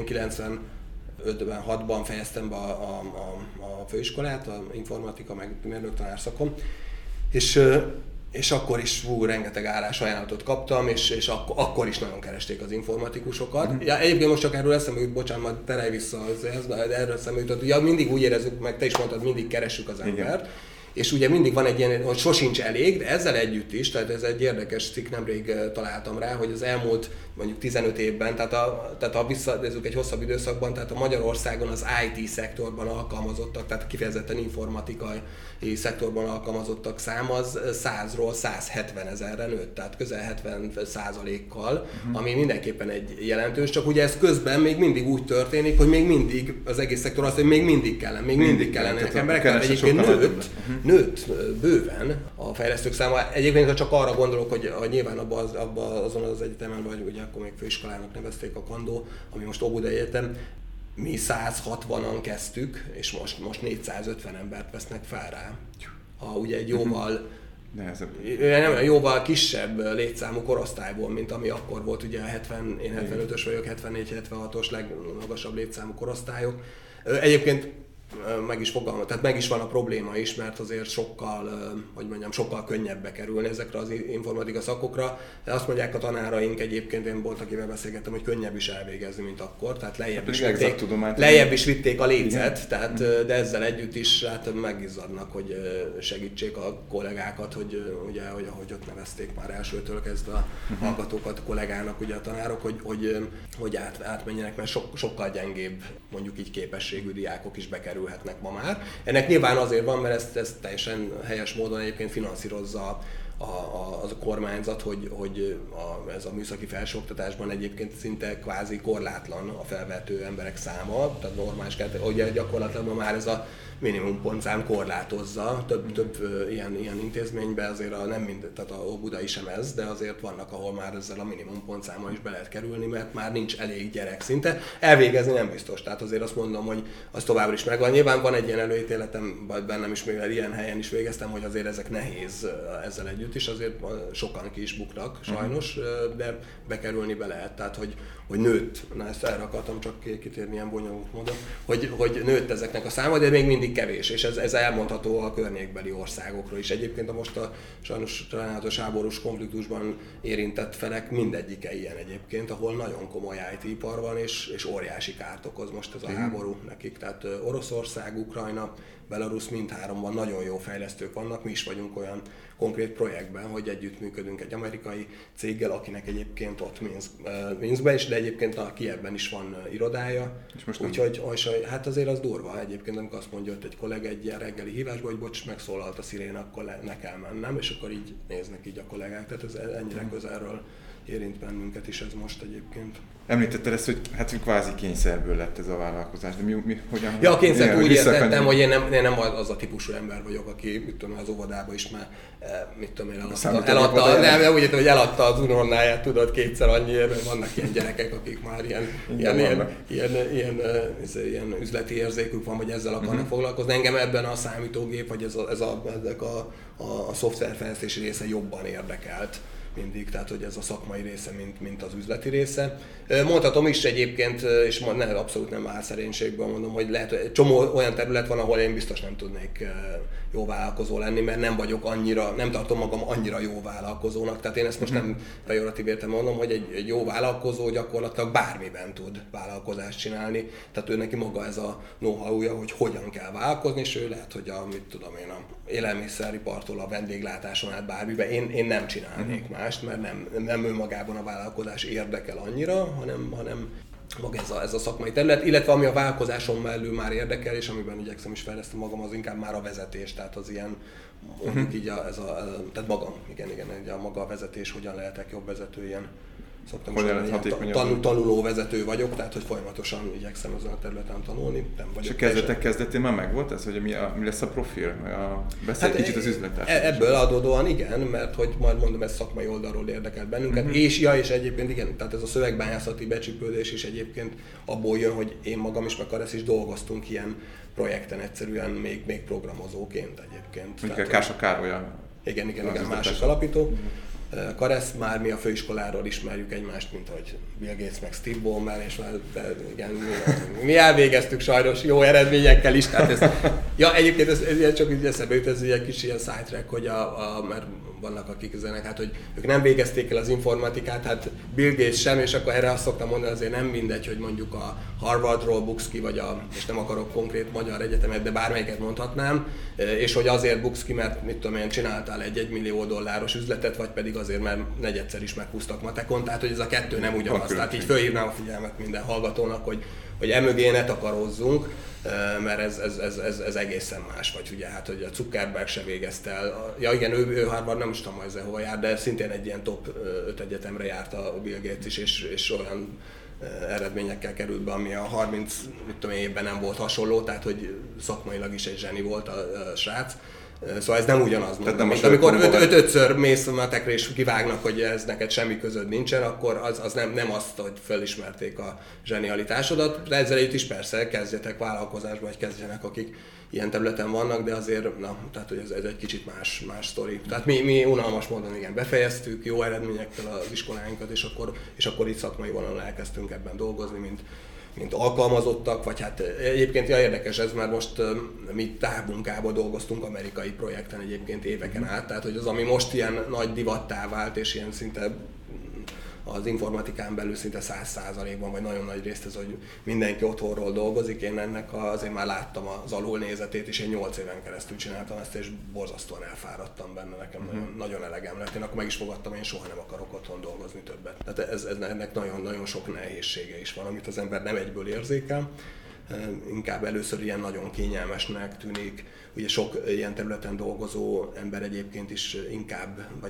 96-ban fejeztem be a főiskolát, a informatika, meg mérnöktanár szakon, és akkor is rengeteg állásajánlatot kaptam, és akkor is nagyon keresték az informatikusokat. Ja, egyébként most csak erről eszembe jut, bocsánat, majd terelj vissza, de erről eszembe jutott. Ja, mindig úgy érezzük, meg te is mondtad, mindig keressük az embert. Igen. És ugye mindig van egy ilyen, hogy sosincs elég, de ezzel együtt is, tehát ez egy érdekes cikk, nemrég találtam rá, hogy az elmúlt mondjuk 15 évben, tehát ha visszanézzük egy hosszabb időszakban, tehát a Magyarországon az IT szektorban alkalmazottak, tehát kifejezetten informatikai szektorban alkalmazottak szám az 100-ról 170 000-re nőtt, tehát közel 70%-kal, ami mindenképpen egy jelentős, csak ugye ez közben még mindig úgy történik, hogy még mindig az egész szektor azt, hogy még mindig kellene emberek, tehát egyébként nőtt bőven a fejlesztők száma. Egyébként, ha csak arra gondolok, hogy nyilván azon az egyetemen, vagy ugye akkor még főiskolának nevezték a Kandó, ami most Óbuda Egyetem, mi 160-an kezdtük, és most 450 embert vesznek fel rá. Ugye egy jóval kisebb létszámú korosztályból, mint ami akkor volt, ugye én 75-ös vagyok, 74-76-os legmagasabb létszámú korosztályok. Egyébként meg is van a probléma is, mert azért sokkal könnyebb bekerülni ezekre az informatika szakokra. De azt mondják a tanáraink, egyébként én volt, akivel beszélgettem, hogy könnyebb is elvégezni, mint akkor, tehát lejjebb is vitték a lécet, tehát, de ezzel együtt is hát megizzadnak, hogy segítsék a kollégákat, hogy ahogy ott nevezték már elsőtől kezdve a hallgatókat, a kollégának, ugye a tanárok, hogy átmenjenek, mert sokkal gyengébb, mondjuk így képességű diákok is bekerülhetnek ma már. Ennek nyilván azért van, mert ezt teljesen helyes módon egyébként finanszírozza az a kormányzat, hogy ez a műszaki felsőoktatásban egyébként szinte kvázi korlátlan a felvehető emberek száma, tehát normális, ugye gyakorlatilag már ez a minimumpontszám korlátozza, több ilyen intézményben azért tehát a Óbudai sem ez, de azért vannak, ahol már ezzel a minimumpontszámmal is be lehet kerülni, mert már nincs elég gyerek szinte. Elvégezni nem biztos, tehát azért azt mondom, hogy az továbbra is megvan. Nyilván van egy ilyen előítéletem, vagy bennem is, mivel ilyen helyen is végeztem, hogy azért ezek nehéz ezzel együtt is, azért sokan ki is buknak sajnos, de bekerülni be lehet, tehát hogy nőtt, ezt erre akartam csak kitérni ilyen bonyolult módon, hogy nőtt ezeknek a száma, de még mindig kevés, és ez elmondható a környékbeli országokról is. Egyébként most a sajnos háborús konfliktusban érintett felek mindegyike ilyen egyébként, ahol nagyon komoly IT-ipar van, és óriási kárt okoz most ez a háború nekik. Tehát Oroszország, Ukrajna, Belarus, mindháromban nagyon jó fejlesztők vannak, mi is vagyunk olyan konkrét projektben, hogy együttműködünk egy amerikai céggel, akinek egyébként ott Minskben is, de egyébként a Kijevben is van irodája. Úgyhogy hát azért az durva egyébként, amikor azt mondja, hogy egy kollega egy ilyen reggeli hívásban, hogy bocs, megszólalt a sziréna, akkor ne kell mennem, és akkor így néznek így a kollégák, tehát ez ennyire közelről érint bennünket is ez most egyébként. Említetted ezt, hogy hát kvázi kényszerből lett ez a vállalkozás, de hogyan? Ja, a kényszert úgy értettem, hogy én nem az a típusú ember vagyok, aki mit tudom, az óvodába is már eladta az unornáját, tudod, kétszer annyiért, mert vannak ilyen gyerekek, akik már ilyen üzleti érzékük van, hogy ezzel akarnak foglalkozni. Engem ebben a számítógép, vagy ezek a szoftverfejlesztési része jobban érdekelt mindig, tehát hogy ez a szakmai része, mint az üzleti része. Mondhatom is egyébként, és abszolút nem álszerénységből mondom, hogy lehet, hogy egy csomó olyan terület van, ahol én biztos nem tudnék jó vállalkozó lenni, mert nem tartom magam annyira jó vállalkozónak. Tehát én ezt most nem pejoratív értem mondom, hogy egy jó vállalkozó gyakorlatilag bármiben tud vállalkozást csinálni. Tehát ő neki maga ez a know-how-ja, hogy hogyan kell vállalkozni, és ő lehet, hogy a élelmiszeripartól a vendéglátáson át bármiben én nem csinálnék mást, mert nem önmagában a vállalkozás érdekel annyira, hanem maga ez a szakmai terület, illetve ami a vállalkozáson belül már érdekel, és amiben igyekszem is fejleszteni magam, az inkább már a vezetés, tehát az ilyen, mondjuk így tehát magam, igen, a maga a vezetés, hogyan lehetek jobb vezető, ilyen szoktam tanuló vezető vagyok, tehát hogy folyamatosan igyekszem ezen a területen tanulni. És a kezdetén már megvolt ez, hogy mi lesz a profil? Beszélj kicsit az üzlettársról. Ebből adódóan igen, mert hogy majd mondom, ez szakmai oldalról érdekelt bennünket, és egyébként igen, tehát ez a szövegbányászati becsípődés is egyébként abból jön, hogy én magam is, meg Karesz is dolgoztunk ilyen projekten egyszerűen még programozóként egyébként. Mondjuk a Kása Károly. Igen, másik alapító. Karesz, már mi a főiskoláról ismerjük egymást, mint hogy Bill Gates meg Steve Ballmer, és mi elvégeztük sajnos jó eredményekkel is. Egyébként ez csak így eszembe jut, ez egy kis ilyen sidetrack, hogy mert vannak akik üzenek, hát hogy ők nem végezték el az informatikát, hát Bill Gates sem, és akkor erre azt szoktam mondani, azért nem mindegy, hogy mondjuk a Harvardról buksz ki, és nem akarok konkrét magyar egyetemet, de bármelyiket mondhatnám, és hogy azért buksz ki, mert mit tudom én, csináltál egy $1 millió üzletet, vagy pedig azért, mert negyedszer is meghúztak matekon, tehát hogy ez a kettő nem ugyanaz. Tehát így fölhívnám a figyelmet minden hallgatónak, hogy emögé ne takarózzunk, mert ez egészen más, vagy ugye hát, hogy a Zuckerberg se végezte el. Ja igen, ő Harvard nem is tudom majd hova jár, de szintén egy ilyen top 5 egyetemre járt a Bill Gates is, és olyan eredményekkel került be, ami a 30 évben nem volt hasonló, tehát hogy szakmailag is egy zseni volt a srác. Szóval ez nem ugyanaz, mint amikor ötször mész matekre és kivágnak, hogy ez neked semmi közöd nincsen, akkor az nem azt, hogy felismerték a zsenialitásodat. De ezzel itt is persze kezdjetek vállalkozásba, vagy kezdjenek, akik ilyen területen vannak, de azért, tehát hogy ez egy kicsit más sztori. Tehát mi unalmas módon igen befejeztük, jó eredményekkel az iskoláinkat, és akkor itt szakmai vonalon elkezdtünk ebben dolgozni, mint alkalmazottak, vagy hát egyébként érdekes ez, mert most mi távmunkából dolgoztunk amerikai projekten egyébként éveken át, tehát hogy az, ami most ilyen nagy divattá vált, és ilyen szinte az informatikán belül szinte 100%-ban, vagy nagyon nagy részt ez, hogy mindenki otthonról dolgozik, én ennek azért már láttam az alulnézetét, és én 8 éven keresztül csináltam ezt, és borzasztóan elfáradtam benne, nekem nagyon elegem lett, én akkor meg is fogadtam, én soha nem akarok otthon dolgozni többet. Tehát ennek nagyon sok nehézsége is van, amit az ember nem egyből érzékel. Inkább először ilyen nagyon kényelmesnek tűnik. Ugye sok ilyen területen dolgozó ember egyébként is inkább, vagy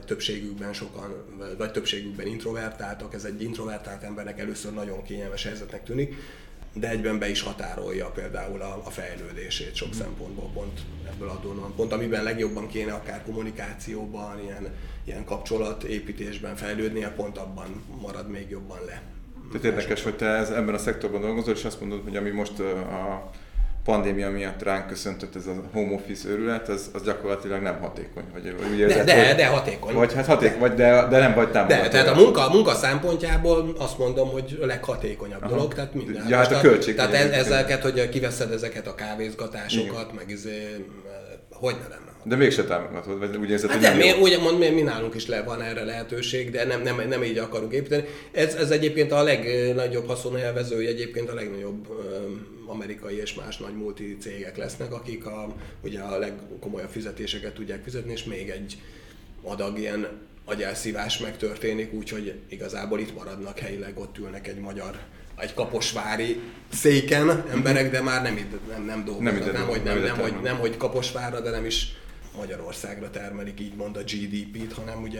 többségükben introvertáltak. Ez egy introvertált embernek először nagyon kényelmes helyzetnek tűnik, de egyben be is határolja például a fejlődését sok szempontból, pont ebből adódóan. Pont amiben legjobban kéne akár kommunikációban, ilyen kapcsolatépítésben fejlődnie, pont abban marad még jobban le. Tehát érdekes, hogy te ebben a szektorban dolgozol, és azt mondod, hogy ami most a pandémia miatt ránk köszöntött ez a home office őrület, az gyakorlatilag nem hatékony. De hatékony. Vagy hát hatékony, de nem vagy támogató. De, tehát a munka szempontjából azt mondom, hogy a leghatékonyabb dolog, tehát minden. Ja, hát a költség. Tehát ezeket, hogy kiveszed ezeket a kávézgatásokat, meg Hogyne lenne. De mégse támogatod, vagy úgy érzed, Hát hogy nem, úgymond mi nálunk is van erre lehetőség, de nem így akarunk építeni. Ez egyébként a legnagyobb haszonélvezői, egyébként a legnagyobb amerikai és más nagy multi cégek lesznek, akik ugye a legkomolyabb fizetéseket tudják fizetni, és még egy adag ilyen agyelszívás megtörténik, úgyhogy igazából itt maradnak helyileg, ott ülnek egy kaposvári széken emberek, de már nem dolgoznak, nem hogy Kaposvárra, de nem is Magyarországra termelik, így mond a GDP-t,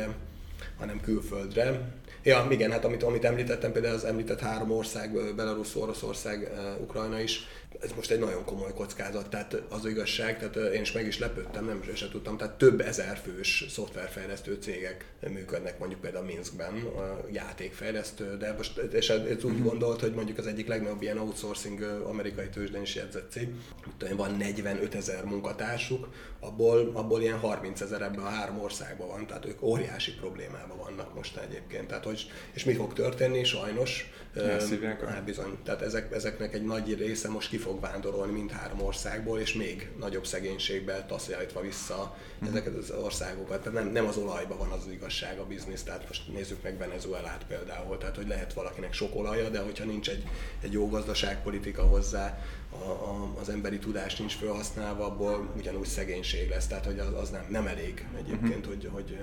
hanem külföldre. Ja, igen, hát amit említettem, például az említett 3 ország, Belarus, Oroszország, Ukrajna is, ez most egy nagyon komoly kockázat, tehát az igazság, tehát én is meg is lepődtem, nem sem tudtam, tehát több ezer fős szoftverfejlesztő cégek működnek mondjuk például Minskben, játékfejlesztő, de most és ez úgy gondolt, hogy mondjuk az egyik legnagyobb ilyen outsourcing amerikai tőzsdén is jegyzett cég, van 45 000 munkatársuk, abból ilyen 30 000 ebben a 3 országban van, tehát ők óriási problémában vannak most egyébként. Tehát, és mi fog történni? Sajnos. Hát bizony. Tehát ezeknek egy nagy része most ki fog vándorolni mindhárom országból, és még nagyobb szegénységbe taszítva vissza ezeket az országokat. Tehát nem az olajban van az igazság a biznisz, tehát most nézzük meg Venezuelát például, tehát hogy lehet valakinek sok olaja, de hogyha nincs egy jó gazdaságpolitika hozzá, az emberi tudás nincs felhasználva, abból ugyanúgy szegénység lesz, tehát hogy az nem elég egyébként, hogy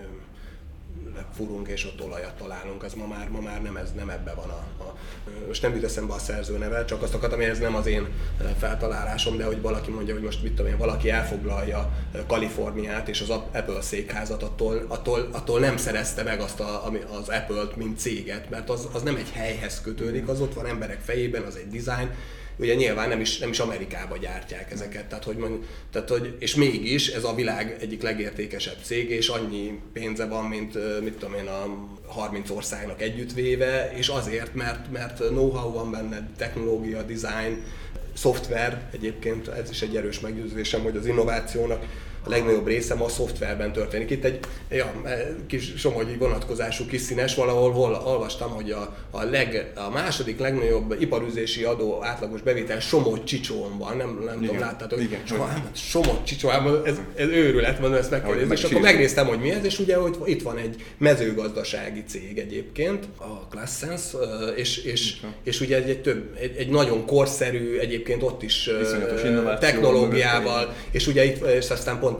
furunk és ott olajat találunk, ez ma már nem ebben van most nem jut eszembe a szerző neve, csak azt akartam, hogy ez nem az én feltalálásom, de hogy valaki mondja, hogy most mit tudom én, valaki elfoglalja Kaliforniát és az Apple székházat, attól nem szerezte meg azt az Apple-t, mint céget, mert az nem egy helyhez kötődik, az ott van emberek fejében, az egy design. Ugye nyilván nem is Amerikába gyártják ezeket, tehát hogy és mégis ez a világ egyik legértékesebb cég, és annyi pénze van, mint mit tudom én, a 30 országnak együttvéve, és azért, mert know-how van benne, technológia, design, szoftver, egyébként ez is egy erős meggyőződésem, hogy az innovációnak a legnagyobb része ma a szoftverben történik. Itt egy kis somogyi vonatkozású kis színes, valahol olvastam, hogy a második legnagyobb iparüzési adó átlagos bevétel Somogy-Csicsón van, nem tudom, láttátok? Somogy-Csicsón, ez őrület, mondom, ezt meg kell nézni. És akkor megnéztem, hogy mi ez, és ugye hogy itt van egy mezőgazdasági cég egyébként, a ClassSense, és ugye egy nagyon korszerű, egyébként ott is technológiával, és ugye itt, és aztán pont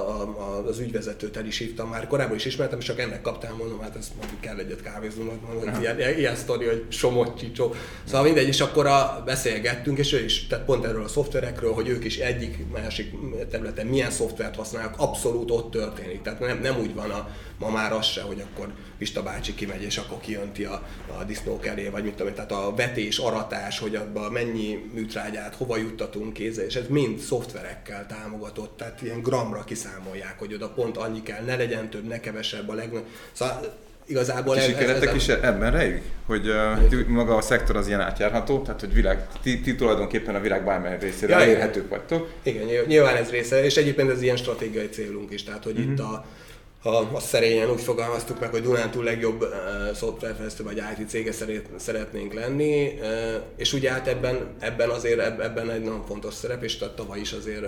az ügyvezetőt el is hívtam, már korábban is ismertem, és csak ennek kaptál, mondom, hát ezt mondjuk kell egyet kávéznunk, mondom, ilyen sztori, hogy Somogy-Csicsó. Szóval mindegy, és akkor beszélgettünk, és ő is, tehát pont erről a szoftverekről, hogy ők is másik területen milyen szoftvert használnak, abszolút ott történik. Tehát nem úgy van ma már az se, hogy akkor Pista bácsi kimegy, és akkor kijönti a disznók elé, vagy mit tudom, tehát a vetés, aratás, hogy abban mennyi műtrágyát hova juttatunk kézzel, és ez mind szoftverekkel támogatott, tehát ilyen gramra kiszámolják, hogy oda pont annyi kell, ne legyen több, ne kevesebb a legnagyobb. Szóval igazából sikeretek is ebben rejlik, hogy maga a szektor az ilyen átjárható, tehát hogy ti tulajdonképpen a világ bármely részére elérhetők vagytok. Igen, nyilván ez része, és egyébként ez ilyen stratégiai célunk is, tehát hogy itt azt szerényen úgy fogalmaztuk meg, hogy Dunántúl legjobb szoftverfejlesztő vagy IT cége szeretnénk lenni, és ugye hát ebben egy nagyon fontos szerep, és tavaly is azért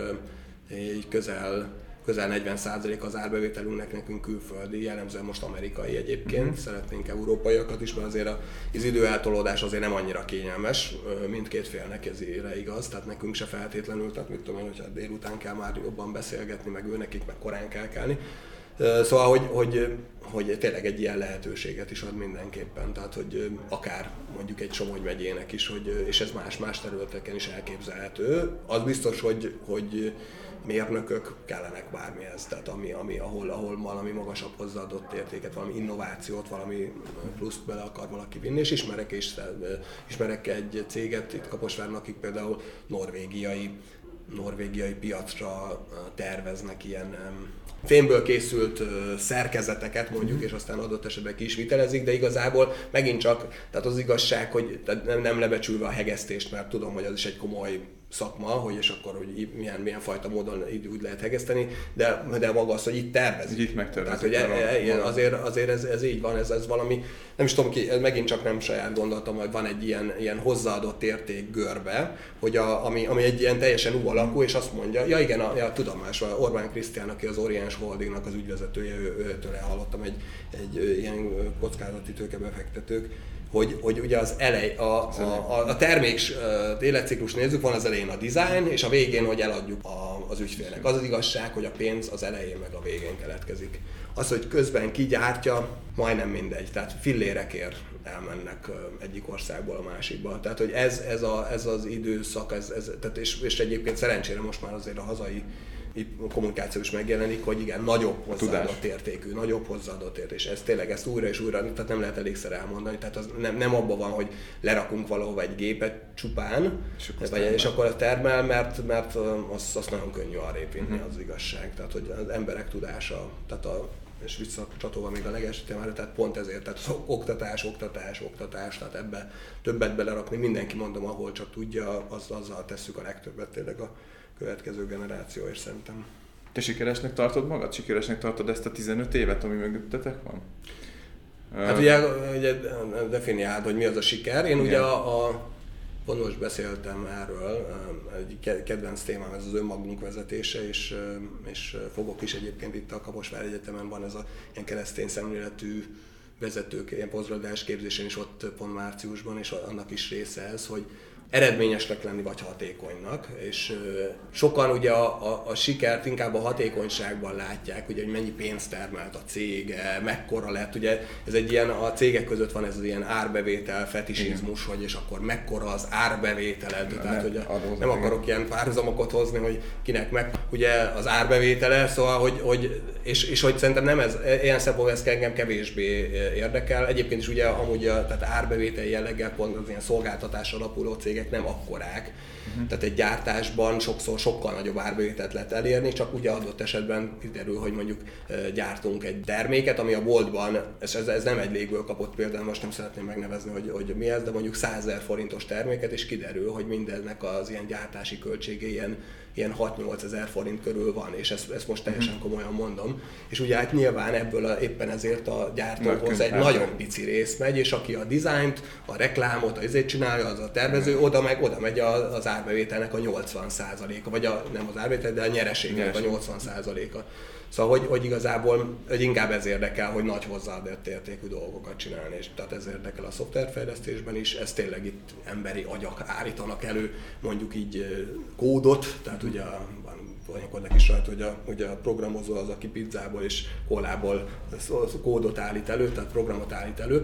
közel 40% az árbevételünknek nekünk külföldi, jellemzően most amerikai egyébként, szeretnénk európaiakat is, mert azért az időeltolódás azért nem annyira kényelmes, mindkét félnek ez igaz, tehát nekünk se feltétlenül, tehát mit tudom én, hogy délután kell már jobban beszélgetni, meg nekik meg korán kell kelni. Szóval, hogy tényleg egy ilyen lehetőséget is ad mindenképpen, tehát hogy akár mondjuk egy Somogy megyének is, és ez más területeken is elképzelhető. Az biztos, hogy mérnökök kellenek bármihez, tehát ahol valami magasabb hozzáadott értéket, valami innovációt, valami pluszt bele akar valaki vinni, és ismerek egy céget itt Kaposváron, akik például norvégiai piacra terveznek ilyen fémből készült szerkezeteket mondjuk, és aztán adott esetben ki is vitelezik, de igazából megint csak, tehát az igazság, hogy nem lebecsülve a hegesztést, mert tudom, hogy az is egy komoly szakma, hogy és akkor hogy milyen fajta módon úgy lehet hegeszteni, de maga az, hogy itt tervezik. Itt megtervezik. Tehát, hogy azért ez így van, ez valami, nem is tudom ki, megint csak nem saját gondolatom, hogy van egy ilyen hozzáadott érték görbe, hogy ami egy ilyen teljesen új alakú, és azt mondja, ja igen, a tudomás, Orbán Krisztián, aki az Oriens Holdingnak az ügyvezetője, őtől hallottam egy ilyen kockázati tőkebefektetők, hogy ugye az elej, a termék életciklus nézzük, van az elején a design, és a végén, hogy eladjuk az ügyfélnek. Az igazság, hogy a pénz az elején meg a végén keletkezik. Az, hogy közben ki gyártja, majdnem mindegy. Tehát fillérekért elmennek egyik országból a másikba. Tehát, hogy ez az időszak, tehát és egyébként szerencsére most már azért a hazai kommunikáció is megjelenik, hogy igen, nagyobb hozzáadott értékű, nagyobb hozzáadott érték, és ezt újra és újra, tehát nem lehet elégszer elmondani, tehát az nem abban van, hogy lerakunk valahova egy gépet csupán, és akkor a termel, mert azt nagyon könnyű arrébb vinni, az igazság, tehát hogy az emberek tudása, tehát és visszacsatolva még a legelső témára, tehát pont ezért, tehát oktatás, tehát ebbe többet belerakni, mindenki mondom, ahol csak tudja, azzal tesszük a legtöbbet tényleg a következő generáció, és szerintem. Te sikeresnek tartod magad? Sikeresnek tartod ezt a 15 évet, ami mögöttetek van? Hát ugye definiáld, hogy mi az a siker. Én ugye pont most beszéltem erről, egy kedvenc témám ez az önmagunk vezetése, és fogok is egyébként itt a Kaposvár Egyetemen van ez a ilyen keresztény szemléletű vezetők, ilyen posztgraduális képzésen is ott pont márciusban, és annak is része ez, hogy eredményesnek lenni vagy hatékonynak, és sokan ugye a sikert inkább a hatékonyságban látják, ugye, hogy mennyi pénzt termelt a cég, mekkora lett, ugye ez egy ilyen, a cégek között van ez az ilyen árbevétel fetisizmus, hogy és akkor mekkora az árbevételed, tehát hogy nem akarok ilyen párhuzamokat hozni, hogy kinek meg, ugye az árbevétele, szóval, hogy hogy szerintem nem ez, ilyen szempontból ez engem kevésbé érdekel, egyébként is ugye amúgy tehát árbevétel jelleggel pont az ilyen szolgáltatás alapuló cégek nem akkorák, tehát egy gyártásban sokkal nagyobb árbevételt lehet elérni, csak ugye adott esetben kiderül, hogy mondjuk gyártunk egy terméket, ami a boltban, ez nem egy légből kapott például, most nem szeretném megnevezni, hogy mi ez, de mondjuk 100 000 forintos terméket, és kiderül, hogy mindennek az ilyen gyártási költsége ilyen 6-8 ezer forint körül van, és ezt most teljesen komolyan mondom. És ugye hát nyilván ebből éppen ezért a gyártóhoz egy nagyon pici rész megy, és aki a dizájnt, a reklámot, ezért csinálja, az a tervező, oda megy az árbevételnek a 80%-a, vagy nem az árbevétel, de a nyereségnek a 80%-a. Szóval, hogy igazából hogy inkább ez érdekel, hogy nagy hozzáadott értékű dolgokat csinálni, és tehát ez érdekel a szoftverfejlesztésben is, ez tényleg itt emberi agyak állítanak elő, mondjuk így kódot, tehát ugye vannak is rajta, hogy ugye a programozó az, aki pizzából és kólából kódot állít elő, tehát programot állít elő.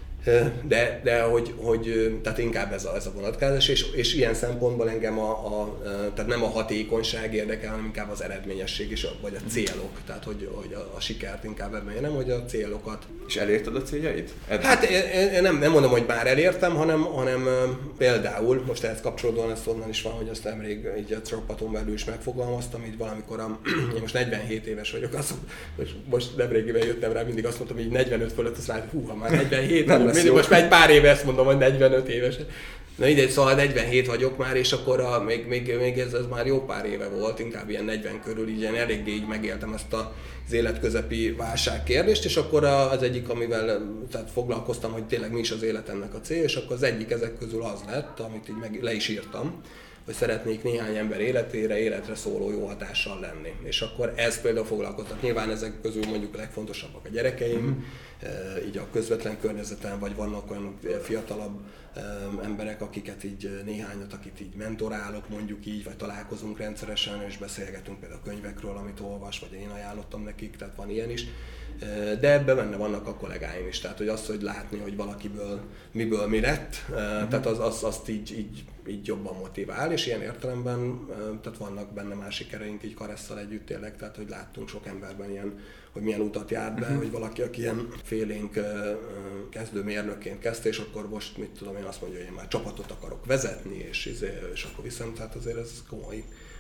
De hogy tehát inkább ez a vonatkozás, és ilyen szempontból engem tehát nem a hatékonyság érdekel, hanem inkább az eredményesség vagy a célok, tehát hogy a sikert inkább ebben, nem hogy a célokat. És elérted a céljaid? Hát én nem mondom, hogy már elértem, hanem például, most ehhez kapcsolódóan ezt onnan is van, hogy azt nemrég így a csapaton belül is megfogalmaztam, így valamikor én most 47 éves vagyok, most nemrégiben jöttem rá, mindig azt mondtam, hogy 45 fölött, azt látjuk, húha, már 47, most már egy pár éve ezt mondom, hogy 45 éves. Na idej, szóval 47 vagyok már, és akkor még ez már jó pár éve volt, inkább ilyen 40 körül, így eléggé így megéltem ezt az életközepi válságkérdést, és akkor az egyik, amivel tehát foglalkoztam, hogy tényleg mi is az életemnek a cél, és akkor az egyik ezek közül az lett, amit így le is írtam, hogy szeretnék néhány ember életre szóló jó hatással lenni. És akkor ez például foglalkoztat. Nyilván ezek közül mondjuk a legfontosabbak a gyerekeim, így a közvetlen környezetem, vagy vannak olyan fiatalabb emberek, akiket így néhányat, akit így mentorálok mondjuk így, vagy találkozunk rendszeresen, és beszélgetünk például a könyvekről, amit olvas, vagy én ajánlottam nekik, tehát van ilyen is. De ebben benne vannak a kollégáim is, tehát hogy azt, hogy látni, hogy valakiből miből mi lett, tehát azt így jobban motivál, és ilyen értelemben tehát vannak benne más sikereink így Karesszal együtt tényleg, tehát hogy láttunk sok emberben ilyen, hogy milyen utat járt be, hogy valaki, aki ilyen félénk kezdőmérnökként kezdte, és akkor most mit tudom én azt mondja, hogy én már csapatot akarok vezetni, és akkor viszont tehát azért ez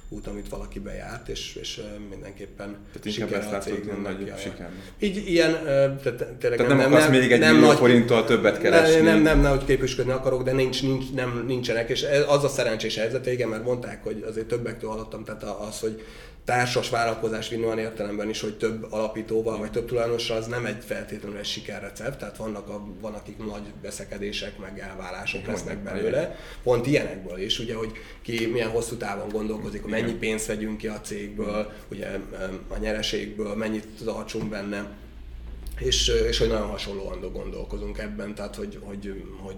út, amit valaki bejárt, és mindenképpen inkább ezt látod, hogy nagy siker. Így ilyen, tehát nem akarsz még egy millió forinttal többet keresni. Nem, hogy képüsködni akarok, de nincsenek, és az a szerencsés helyzete, igen, mert mondták, hogy azért többektől hallottam, tehát az, hogy társas vállalkozás vinni olyan értelemben is, hogy több alapítóval vagy több tulajdonossal, az nem egy feltétlenül egy sikerrecept, tehát van akik nagy veszekedések, meg elválások lesznek belőle. Pont ilyenekből is, ugye, hogy ki milyen hosszú távon gondolkozik, hogy mennyi pénzt vegyünk ki a cégből, ugye a nyereségből, mennyit tartsunk benne. És hogy nagyon hasonlóan gondolkozunk ebben, tehát hogy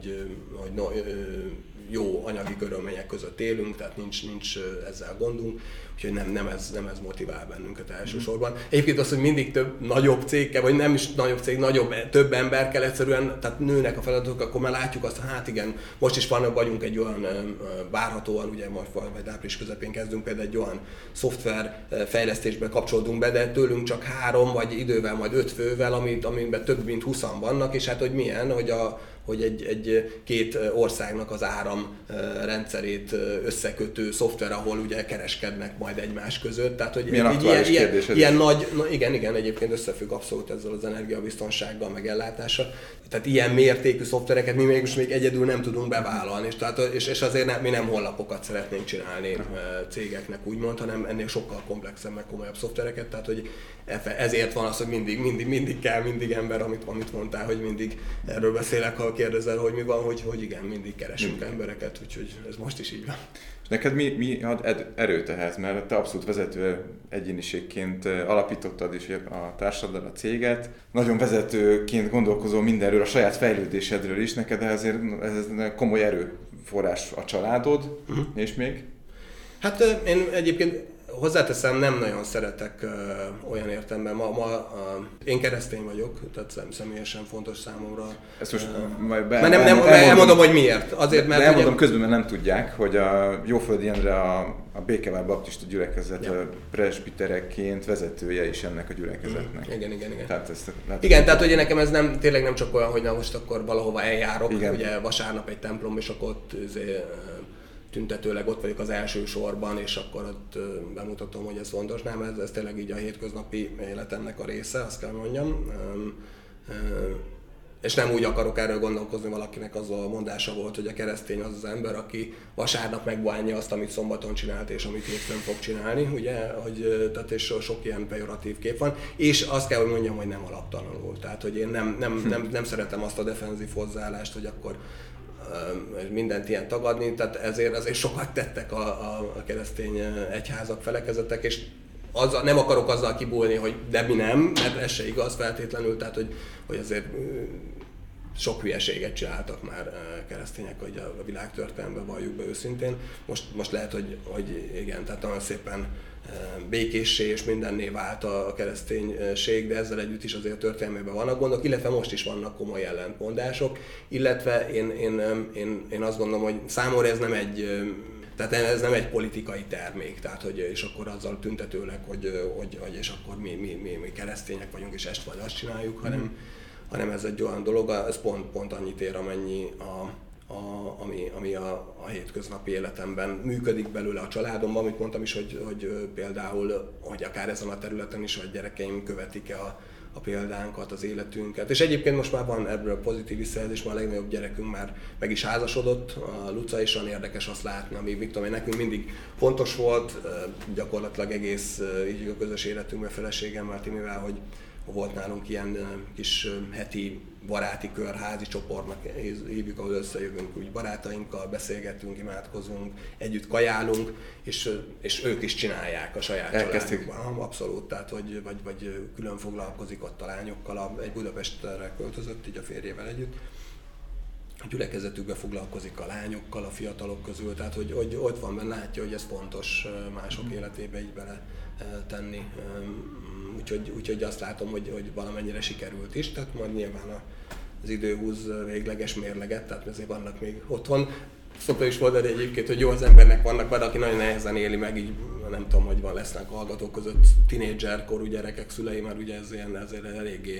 jó anyagi körülmények között élünk, tehát nincs ezzel gondunk, úgyhogy nem ez motivál bennünket elsősorban. Egyébként az, hogy mindig nagyobb cégkel, vagy nem is nagyobb cég, több ember kell egyszerűen, tehát nőnek a feladatok, akkor már látjuk azt, hát igen, most is vagyunk egy olyan, várhatóan, ugye most vagy április közepén kezdünk például egy olyan szoftver fejlesztésbe kapcsolódunk be, de tőlünk csak 3 vagy idővel majd 5 fővel, amiben több mint 20-an vannak, és hát hogy milyen, hogy egy-két országnak az áramrendszerét összekötő szoftver, ahol ugye kereskednek majd egymás között. Tehát, hogy milyen aktuális kérdés ez ilyen nagy, igen, egyébként összefügg abszolút ezzel az energiabiztonsággal, meg ellátással. Tehát ilyen mértékű szoftvereket mi még egyedül nem tudunk bevállalni, és azért mi nem honlapokat szeretnénk csinálni cégeknek úgymond, hanem ennél sokkal komplexebb, meg komolyabb szoftvereket. Tehát, hogy ezért van az, hogy mindig kell ember, amit mondtál, hogy mindig erről beszélek, ha kérdezel, hogy mi van, hogy igen, mindig keresünk embereket, úgyhogy ez most is így van. És neked mi ad erőt ehhez? Mert te abszolút vezető egyéniségként alapítottad is a társaddal a céget. Nagyon vezetőként gondolkozol mindenről, a saját fejlődésedről is. Neked ez komoly erőforrás a családod, és még? Hát én egyébként hozzáteszem, nem nagyon szeretek olyan értelemben. Én keresztény vagyok, tehát személyesen fontos számomra. Ezt most majd elmondom, hogy miért. Azért, mert elmondom közben, mert nem tudják, hogy a Jóföldi Endre a Békevár Baptista gyülekezet presbitereként vezetője is ennek a gyülekezetnek. Igen. Tehát hogy nekem ez tényleg nem csak olyan, hogy na most akkor valahova eljárok, ugye vasárnap egy templom, és akkor ott tüntetőleg ott vagyok az első sorban, és akkor ott bemutatom, hogy ez fontos. Nem, ez tényleg így a hétköznapi életemnek a része, azt kell mondjam. És nem úgy akarok erről gondolkozni, valakinek az a mondása volt, hogy a keresztény az ember, aki vasárnap megbánja azt, amit szombaton csinált, és amit hétfőn fog csinálni, ugye, tehát és sok ilyen pejoratív kép van. És azt kell, hogy mondjam, hogy nem alaptalanul. Tehát, hogy én nem szeretem azt a defenzív hozzáállást, hogy akkor mindent ilyen tagadni, tehát ezért sokat tettek a keresztény egyházak, felekezetek, és nem akarok azzal kibújni, hogy de mi nem, mert ez se igaz feltétlenül, tehát hogy azért sok hülyeséget csináltak már keresztények, hogy a világtörténelemben valljuk be őszintén. Most lehet, hogy igen, tehát nagyon szépen békéssé és mindenné vált a kereszténység, de ezzel együtt is azért történelmében vannak gondok, illetve most is vannak komoly ellentmondások, illetve én azt gondolom, hogy számomra ez nem egy politikai termék, tehát hogy és akkor azzal tüntetőleg, hogy és akkor mi keresztények vagyunk, és ezt vagy azt csináljuk, hanem ez egy olyan dolog, ez pont annyit ér, amennyi ami a hétköznapi életemben működik belőle a családomban, amit mondtam is, hogy például, hogy akár ezen a területen is, hogy gyerekeim követik-e a példánkat, az életünket. És egyébként most már van ebből pozitív visszajelzés, már a legnagyobb gyerekünk már meg is házasodott, a Luca, is olyan érdekes azt látni, ami nekünk mindig fontos volt, gyakorlatilag egész így a közös életünkben feleségemmel, Timivel, hogy volt nálunk ilyen kis heti baráti kör, házi csoportnak hívjuk, ahol összejövünk úgy barátainkkal, beszélgetünk, imádkozunk, együtt kajálunk, és ők is csinálják a saját családjukban. Abszolút, tehát vagy külön foglalkozik ott a lányokkal, egy Budapestre költözött, így a férjével együtt. A gyülekezetükbe foglalkozik a lányokkal, a fiatalok közül, tehát hogy ott van benne, látja, hogy ez fontos mások életébe így bele tenni. Úgyhogy azt látom, hogy valamennyire sikerült is, tehát majd nyilván az idő húz végleges mérleget, tehát ezért vannak még otthon. Szokta is mondani egyébként, hogy jó az embernek vannak, van, aki nagyon nehezen éli meg, így nem tudom, hogy lesznek a hallgatók között tínédzserkorú gyerekek, szülei, mert ugye ez ilyen, ezért eléggé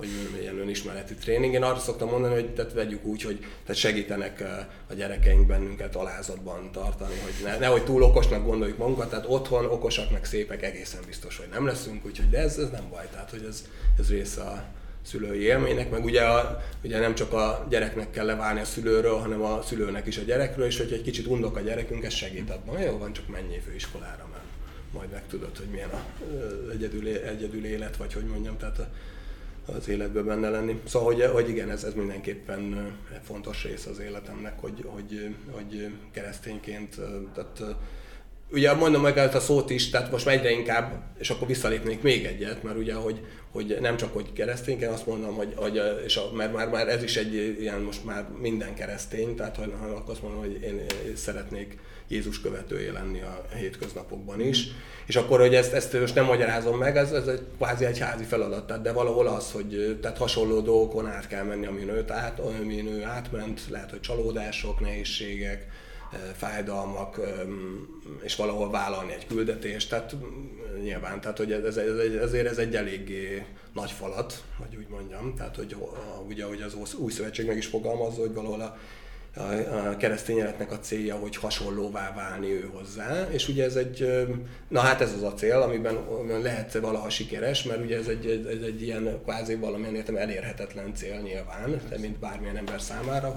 ilyen önismereti tréning. Én arra szoktam mondani, hogy tehát vegyük úgy, hogy tehát segítenek a gyerekeink bennünket alázatban tartani, hogy nehogy túl okosnak gondoljuk magunkat, tehát otthon okosak meg szépek egészen biztos, hogy nem leszünk, úgyhogy de ez nem baj, tehát hogy ez része a szülői élménynek, meg ugye nem csak a gyereknek kell leválni a szülőről, hanem a szülőnek is a gyerekről, és hogy egy kicsit undok a gyerekünk, ez segít abban. Jó van, csak menjél főiskolára, mert majd megtudod, hogy milyen az egyedül élet, vagy hogy mondjam, tehát az életben benne lenni. Szóval, hogy igen, ez mindenképpen fontos része az életemnek, hogy keresztényként, tehát ugye mondom meg a szót is, tehát most egyre inkább, és akkor visszalépnék még egyet, mert ugye, hogy nem csak hogy keresztényként, azt mondom, mert már ez is egy ilyen, most már minden keresztény, tehát akkor azt mondom, hogy én szeretnék Jézus követője lenni a hétköznapokban is. És akkor, hogy ezt most nem magyarázom meg, ez kvázi egy házi feladat, tehát de valahol az, hogy tehát hasonló dolgokon át kell menni, amin ő átment, lehet, hogy csalódások, nehézségek, fájdalmak, és valahol vállalni egy küldetést, tehát nyilván, tehát hogy ezért ez egy eléggé nagy falat, hogy úgy mondjam, tehát hogy ugye, ahogy az Új Szövetség meg is fogalmazza, hogy valahol a keresztény életnek a célja, hogy hasonlóvá válni ő hozzá, és ugye ez ez az a cél, amiben lehetsz valaha sikeres, mert ugye ez egy ilyen kvázi valamilyen értem elérhetetlen cél nyilván, de mint bármilyen ember számára,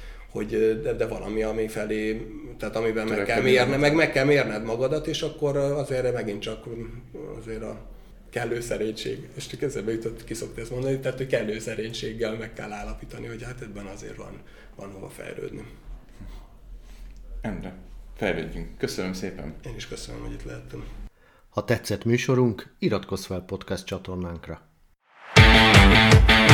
de valami, ami felé, tehát amiben meg kell mérned magadat, és akkor azért megint csak azért a kellő szerénység, és csak ezzel jutott, ki szokta ezt mondani, tehát hogy kellő szerénységgel meg kell állapítani, hogy hát ebben azért van hova fejlődni. Endre, fejlődjünk. Köszönöm szépen. Én is köszönöm, hogy itt lehettem. Ha tetszett műsorunk, iratkozz fel podcast csatornánkra.